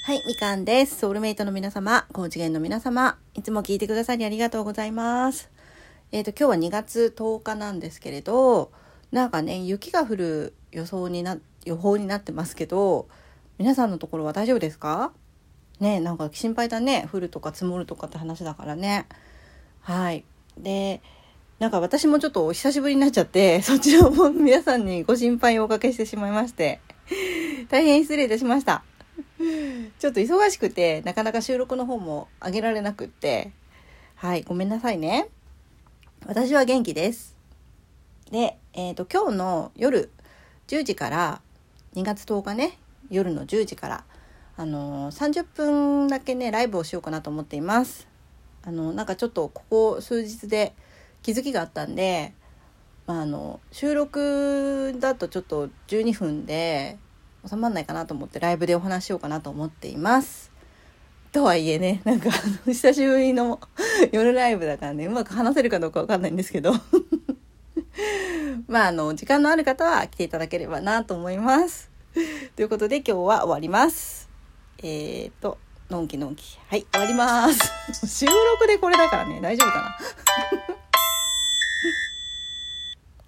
はい、みかんです。ソウルメイトの皆様、高次元の皆様、いつも聞いてくださりありがとうございます。今日は2月10日なんですけれど、なんかね、雪が降る予報になってますけど、皆さんのところは大丈夫ですか？ね、なんか心配だね。降るとか積もるとかって話だからね。はい。で、なんか私もちょっとお久しぶりになっちゃって、そちらも皆さんにご心配をおかけしてしまいまして、大変失礼いたしました。ちょっと忙しくてなかなか収録の方も上げられなくって、はい、ごめんなさいね。私は元気です。で、今日の夜10時から2月10日ね、夜の10時から30分だけねライブをしようかなと思っています。なんかちょっとここ数日で気づきがあったんで、収録だとちょっと12分で収まんないかなと思ってライブでお話しようかなと思っています。とはいえね、なんか久しぶりの夜ライブだからね、うまく話せるかどうかわかんないんですけど時間のある方は来ていただければなと思います。ということで今日は終わります。のんきはい、終わります収録でこれだからね、大丈夫かな